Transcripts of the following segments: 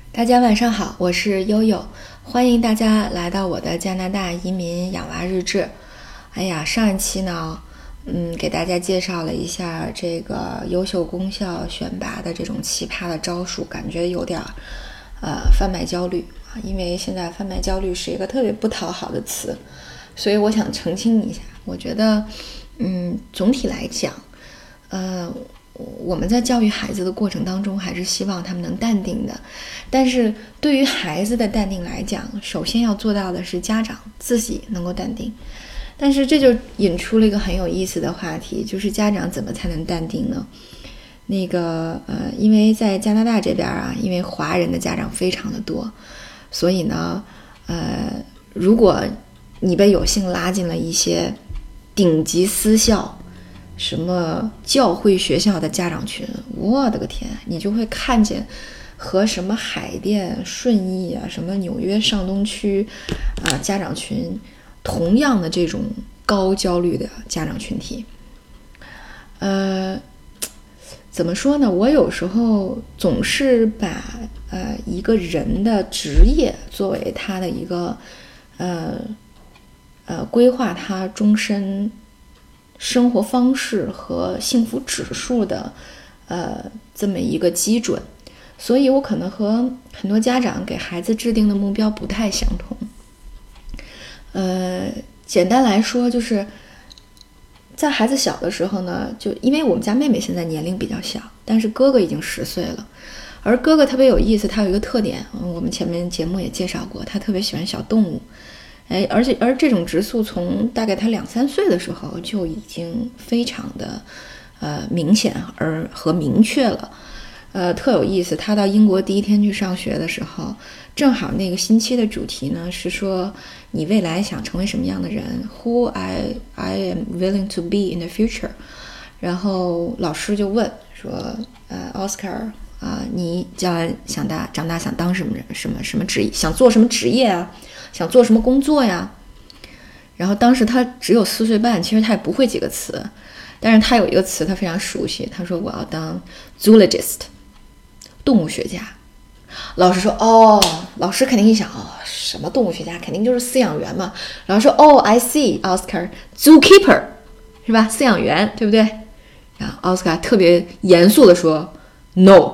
大家晚上好，我是悠悠，欢迎大家来到我的加拿大移民养娃日志。上一期呢，给大家介绍了一下这个优秀公校选拔的这种奇葩的招数，感觉有点贩卖焦虑啊，因为现在贩卖焦虑是一个特别不讨好的词，所以我想澄清一下。我觉得，总体来讲，我们在教育孩子的过程当中，还是希望他们能淡定的。但是对于孩子的淡定来讲，首先要做到的是家长自己能够淡定。但是这就引出了一个很有意思的话题，就是家长怎么才能淡定呢？因为在加拿大这边啊，因为华人的家长非常的多，所以呢，如果你被有幸拉进了一些顶级私校，什么教会学校的家长群，我的个天，你就会看见和什么海淀、顺义啊，什么纽约上东区啊家长群同样的这种高焦虑的家长群体。怎么说呢？我有时候总是把一个人的职业作为他的一个规划他终身生活方式和幸福指数的这么一个基准，所以我可能和很多家长给孩子制定的目标不太相同。简单来说，就是在孩子小的时候呢，就因为我们家妹妹现在年龄比较小，但是哥哥已经10岁了，而哥哥特别有意思，他有一个特点，我们前面节目也介绍过，他特别喜欢小动物。而这种质素从大概他2-3岁的时候就已经非常的明显和明确了。特有意思，他到英国第一天去上学的时候，正好那个星期的主题呢是说你未来想成为什么样的人 Who I am willing to be in the future。 然后老师就问说Oscar你将来长大想当什么职业，想做什么职业啊，想做什么工作呀？然后当时他只有4岁半，其实他也不会几个词，但是他有一个词他非常熟悉，他说我要当 zoologist， 动物学家。老师说老师肯定一想什么动物学家，肯定就是饲养员嘛。老师说I see Oscar zookeeper 是吧，饲养员对不对？然后奥斯卡特别严肃地说 No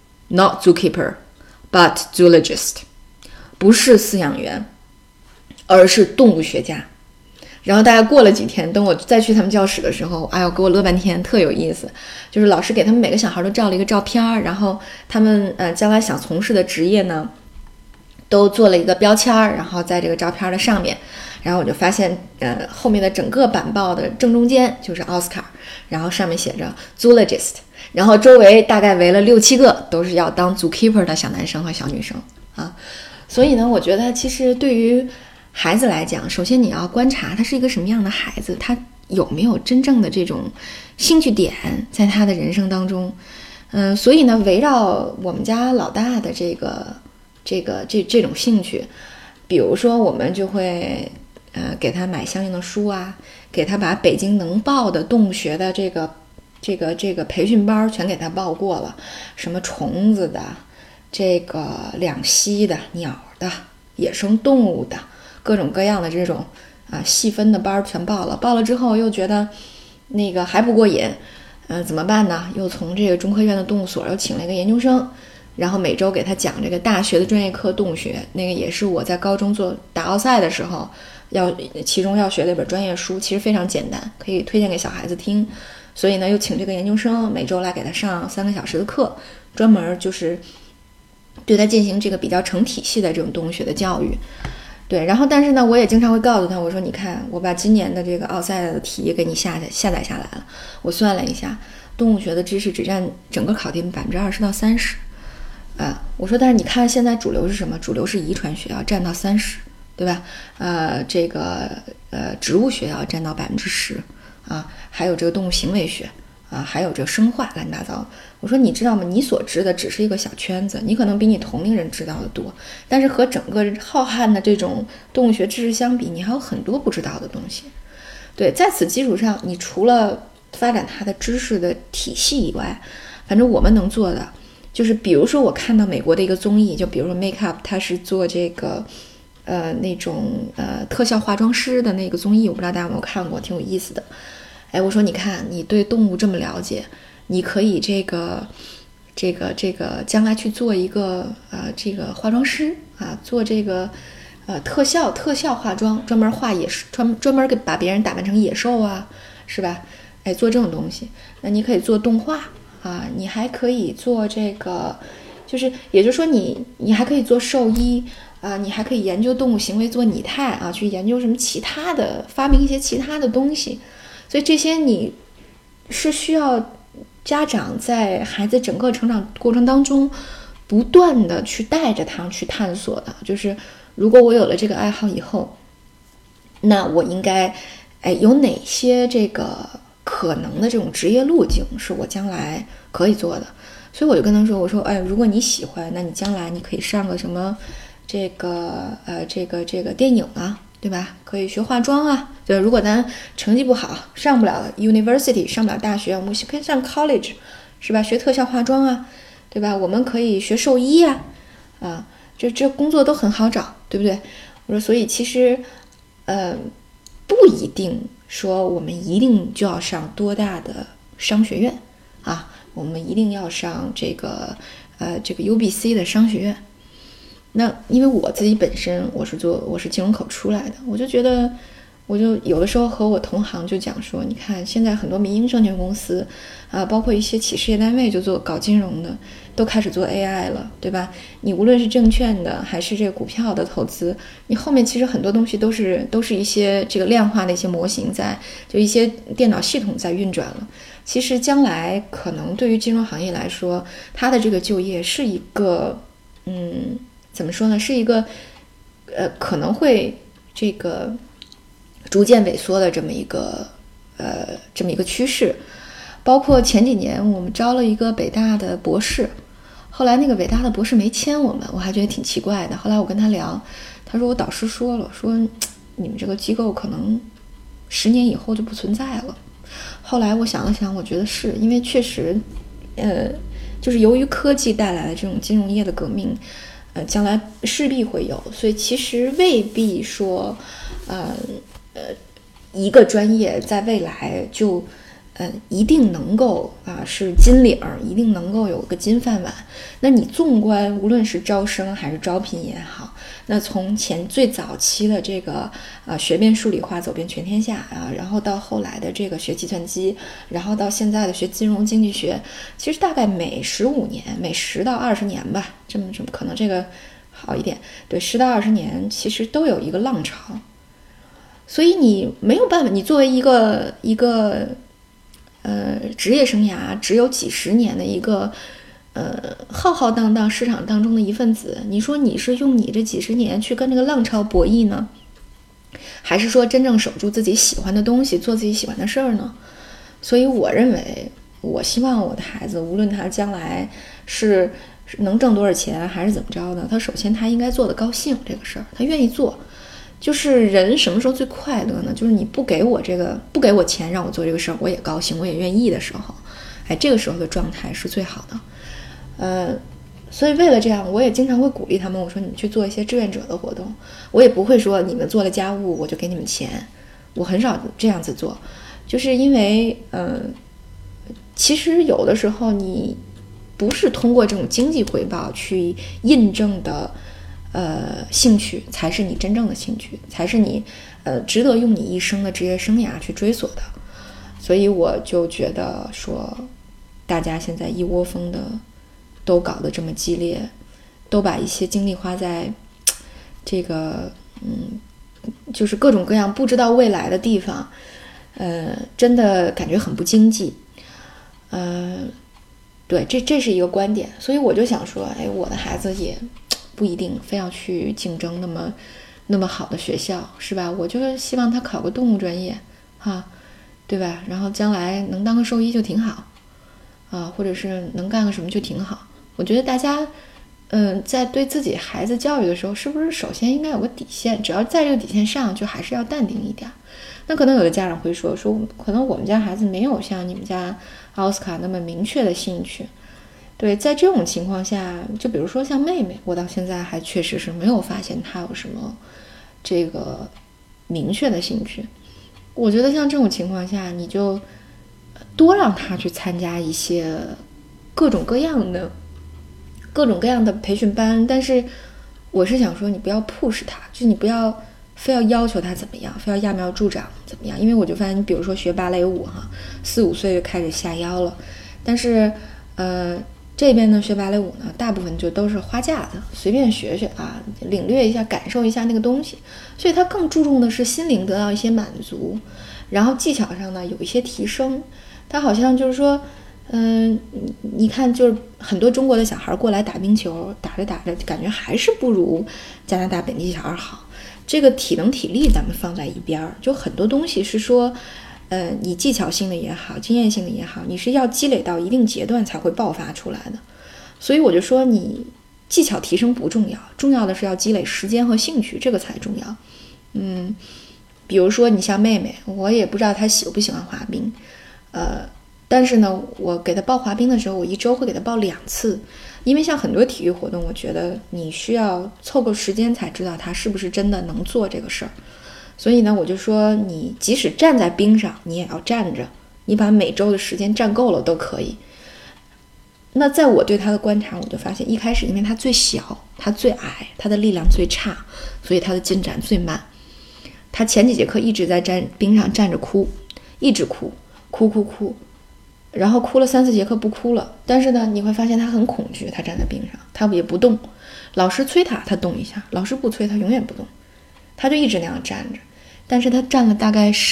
not zookeeper but zoologist， 不是饲养员而是动物学家。然后大概过了几天，等我再去他们教室的时候，给我乐半天，特有意思。就是老师给他们每个小孩都照了一个照片，然后他们将来想从事的职业呢都做了一个标签，然后在这个照片的上面，然后我就发现后面的整个板报的正中间就是奥斯卡，然后上面写着 zoologist， 然后周围大概围了6-7个都是要当 zookeeper 的小男生和小女生啊。所以呢，我觉得其实对于孩子来讲，首先你要观察他是一个什么样的孩子，他有没有真正的这种兴趣点在他的人生当中。所以呢，围绕我们家老大的这种兴趣，比如说我们就会给他买相应的书啊，给他把北京能报的动物学的这个培训班全给他报过了，什么虫子的，这个两栖的、鸟的、野生动物的，各种各样的这种细分的班全报了。报了之后又觉得那个还不过瘾，怎么办呢？又从这个中科院的动物所又请了一个研究生，然后每周给他讲这个大学的专业课动物学，那个也是我在高中做打奥赛的时候其中要学的一本专业书，其实非常简单，可以推荐给小孩子听。所以呢，又请这个研究生每周来给他上3个小时的课，专门就是对他进行这个比较成体系的这种动物学的教育。对，然后但是呢，我也经常会告诉他，我说你看，我把今年的这个奥赛的题给你下载下来了，我算了一下，动物学的知识只占整个考题20%到30%。我说但是你看现在主流是什么？主流是遗传学要占到30%，对吧？植物学要占到10%还有这个动物行为学还有这个生化乱七八糟。我说你知道吗？你所知的只是一个小圈子，你可能比你同龄人知道的多，但是和整个浩瀚的这种动物学知识相比，你还有很多不知道的东西。对，在此基础上，你除了发展它的知识的体系以外，反正我们能做的就是比如说我看到美国的一个综艺，就比如说 Make Up， 它是做这个那种特效化妆师的那个综艺，我不知道大家有没有看过，挺有意思的。哎，我说你看你对动物这么了解，你可以这个将来去做一个这个化妆师啊，做这个特效化妆，专门画专门给把别人打扮成野兽啊，是吧？哎，做这种东西，那你可以做动画啊，你还可以做这个，就是也就是说你还可以做兽医啊，你还可以研究动物行为做拟态啊，去研究什么其他的，发明一些其他的东西。所以这些你是需要家长在孩子整个成长过程当中不断的去带着他去探索的。就是如果我有了这个爱好以后，那我应该有哪些这个可能的这种职业路径是我将来可以做的。所以我就跟他说，我说如果你喜欢，那你将来你可以上个什么这个电影啊，对吧？可以学化妆啊，对吧？如果咱成绩不好，上不了 university， 上不了大学，我们可以上 college， 是吧？学特效化妆啊，对吧？我们可以学兽医啊，这工作都很好找，对不对？我说，所以其实不一定说我们一定就要上多大的商学院啊，我们一定要上这个UBC 的商学院。那因为我自己本身我是金融口出来的，我就觉得，我就有的时候和我同行就讲说，你看现在很多民营证券公司包括一些企事业单位就搞金融的，都开始做 AI 了，对吧？你无论是证券的还是这个股票的投资，你后面其实很多东西都是一些这个量化的一些模型就一些电脑系统在运转了。其实将来可能对于金融行业来说，它的这个就业是一个怎么说呢？是一个可能会这个逐渐萎缩的这么一个趋势。包括前几年我们招了一个北大的博士，后来那个北大的博士没签我们，我还觉得挺奇怪的。后来我跟他聊，他说我导师说了，说你们这个机构可能10年以后就不存在了。后来我想了想，我觉得是因为确实就是由于科技带来的这种金融业的革命，将来势必会有，所以其实未必说一个专业在未来就一定能够是金领，一定能够有个金饭碗。那你纵观无论是招生还是招聘也好，那从最早期的这个学遍数理化走遍全天下然后到后来的这个学计算机，然后到现在的学金融经济学，其实大概每15年，每10到20年吧，这么可能这个好一点，对，10到20年其实都有一个浪潮。所以你没有办法，你作为一个职业生涯只有几十年的一个浩浩荡荡市场当中的一份子，你说你是用你这几十年去跟这个浪潮博弈呢，还是说真正守住自己喜欢的东西，做自己喜欢的事儿呢？所以我认为，我希望我的孩子，无论他将来是能挣多少钱还是怎么着的，他首先他应该做的高兴这个事儿，他愿意做。就是人什么时候最快乐呢？就是你不给我钱让我做这个事儿，我也高兴，我也愿意的时候，这个时候的状态是最好的。所以为了这样，我也经常会鼓励他们，我说你们去做一些志愿者的活动，我也不会说你们做了家务我就给你们钱，我很少这样子做，就是因为其实有的时候你不是通过这种经济回报去印证的兴趣才是你真正的兴趣，才是你值得用你一生的职业生涯去追索的。所以我就觉得说，大家现在一窝蜂的都搞得这么激烈，都把一些精力花在这个就是各种各样不知道未来的地方，真的感觉很不经济。对，这是一个观点。所以我就想说，我的孩子也不一定非要去竞争那么好的学校，是吧？我就是希望他考个动物专业对吧？然后将来能当个兽医就挺好或者是能干个什么就挺好。我觉得大家在对自己孩子教育的时候，是不是首先应该有个底线，只要在这个底线上，就还是要淡定一点。那可能有的家长会说可能我们家孩子没有像你们家奥斯卡那么明确的兴趣。 对，在这种情况下，就比如说像妹妹，我到现在还确实是没有发现她有什么这个明确的兴趣。我觉得像这种情况下，你就多让她去参加一些各种各样的培训班，但是我是想说，你不要 push 她，就是你不要非要要求她怎么样，非要揠苗助长怎么样。因为我就发现，你比如说学芭蕾舞4、5岁就开始下腰了，但是这边呢学芭蕾舞呢，大部分就都是花架子，随便学学啊，领略一下，感受一下那个东西。所以他更注重的是心灵得到一些满足，然后技巧上呢有一些提升。他好像就是说，你看，就是很多中国的小孩过来打冰球，打着打着，感觉还是不如加拿大本地小孩好。这个体能体力咱们放在一边，就很多东西是说。你技巧性的也好，经验性的也好，你是要积累到一定阶段才会爆发出来的。所以我就说，你技巧提升不重要，重要的是要积累时间和兴趣，这个才重要。比如说你像妹妹，我也不知道她喜不喜欢滑冰，但是呢，我给她报滑冰的时候，我一周会给她报2次，因为像很多体育活动，我觉得你需要凑够时间才知道她是不是真的能做这个事儿。所以呢，我就说，你即使站在冰上，你也要站着，你把每周的时间站够了都可以。那在我对他的观察，我就发现，一开始因为他最小，他最矮，他的力量最差，所以他的进展最慢。他前几节课一直在冰上站着哭，一直哭，然后哭了3、4节课不哭了。但是呢，你会发现他很恐惧，他站在冰上，他也不动。老师催他动一下，老师不催他永远不动，他就一直那样站着。但是他站了大概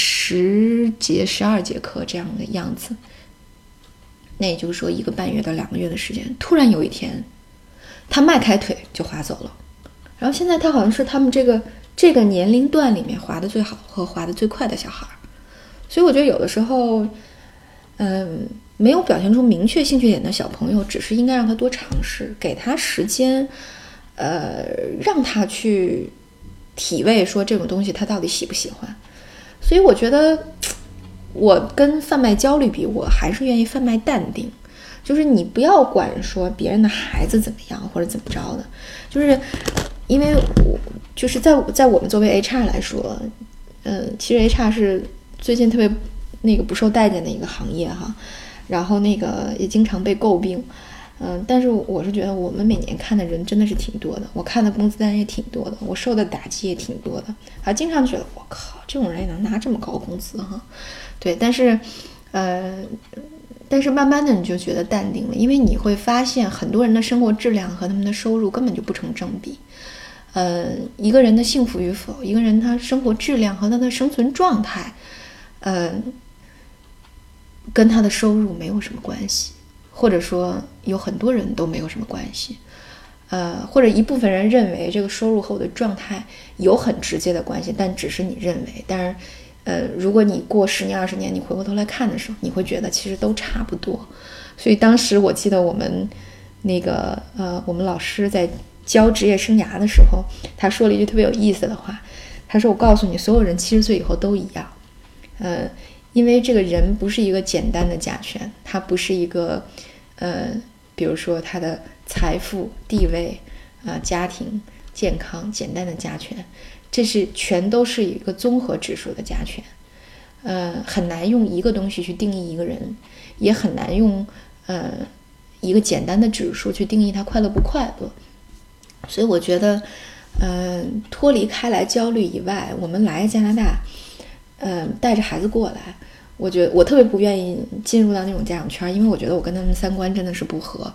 10节、12节课这样的样子，那也就是说1个半月到2个月的时间。突然有一天，他迈开腿就滑走了。然后现在他好像是他们这个年龄段里面滑得最好和滑得最快的小孩。所以我觉得有的时候，没有表现出明确兴趣点的小朋友，只是应该让他多尝试，给他时间，让他去体味说这种东西他到底喜不喜欢。所以我觉得我跟贩卖焦虑比，我还是愿意贩卖淡定。就是你不要管说别人的孩子怎么样或者怎么着的，就是因为我就是在我们作为 HR 来说，其实 HR 是最近特别不受待见的一个行业哈，然后也经常被诟病。但是我是觉得我们每年看的人真的是挺多的，我看的工资单也挺多的，我受的打击也挺多的，还经常觉得我靠，这种人也能拿这么高工资哈。对，但是慢慢的你就觉得淡定了，因为你会发现很多人的生活质量和他们的收入根本就不成正比。一个人的幸福与否，一个人他生活质量和他的生存状态，跟他的收入没有什么关系。或者说有很多人都没有什么关系，或者一部分人认为这个收入和我的状态有很直接的关系，但只是你认为。但是，如果你过10年、20年，你回过头来看的时候，你会觉得其实都差不多。所以当时我记得我们我们老师在教职业生涯的时候，他说了一句特别有意思的话，他说：“我告诉你，所有人70岁以后都一样。”因为这个人不是一个简单的甲醛，他不是一个比如说他的财富、地位、家庭、健康简单的加权，这全都是一个综合指数的加权。很难用一个东西去定义一个人，也很难用一个简单的指数去定义他快乐不快乐。所以我觉得脱离开来焦虑以外，我们来加拿大带着孩子过来，我觉得我特别不愿意进入到那种家长圈，因为我觉得我跟他们3观真的是不合。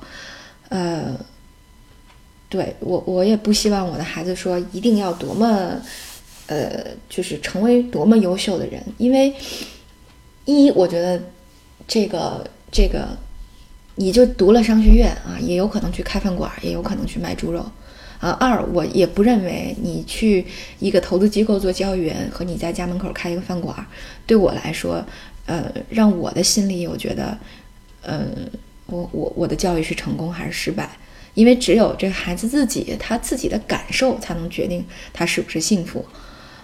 对，我也不希望我的孩子说一定要多么就是成为多么优秀的人，因为我觉得这个你就读了商学院啊，也有可能去开饭馆，也有可能去卖猪肉。2，我也不认为你去一个投资机构做交易员和你在家门口开一个饭馆，对我来说，让我的心里我觉得，我的教育是成功还是失败？因为只有这个孩子他自己的感受才能决定他是不是幸福。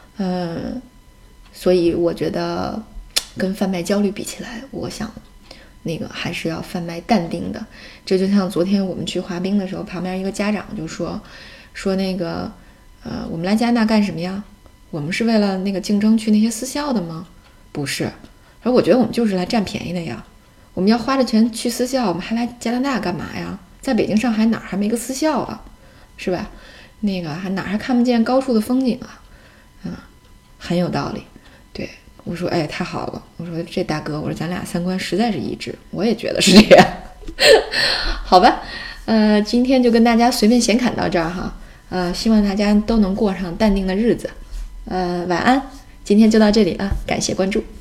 所以我觉得跟贩卖焦虑比起来，我想那个还是要贩卖淡定的。这就像昨天我们去滑冰的时候，旁边一个家长就说那个我们来加拿大干什么呀？我们是为了那个竞争去那些私校的吗？不是。而我觉得我们就是来占便宜的呀。我们要花着钱去私校，我们还来加拿大干嘛呀？在北京上海哪儿还没个私校啊，是吧？那个哪儿还看不见高处的风景啊？很有道理。对，我说哎，太好了，我说这大哥，我说咱俩三观实在是一致，我也觉得是这样。好吧，今天就跟大家随便闲侃到这儿哈，希望大家都能过上淡定的日子。晚安，今天就到这里了，感谢关注。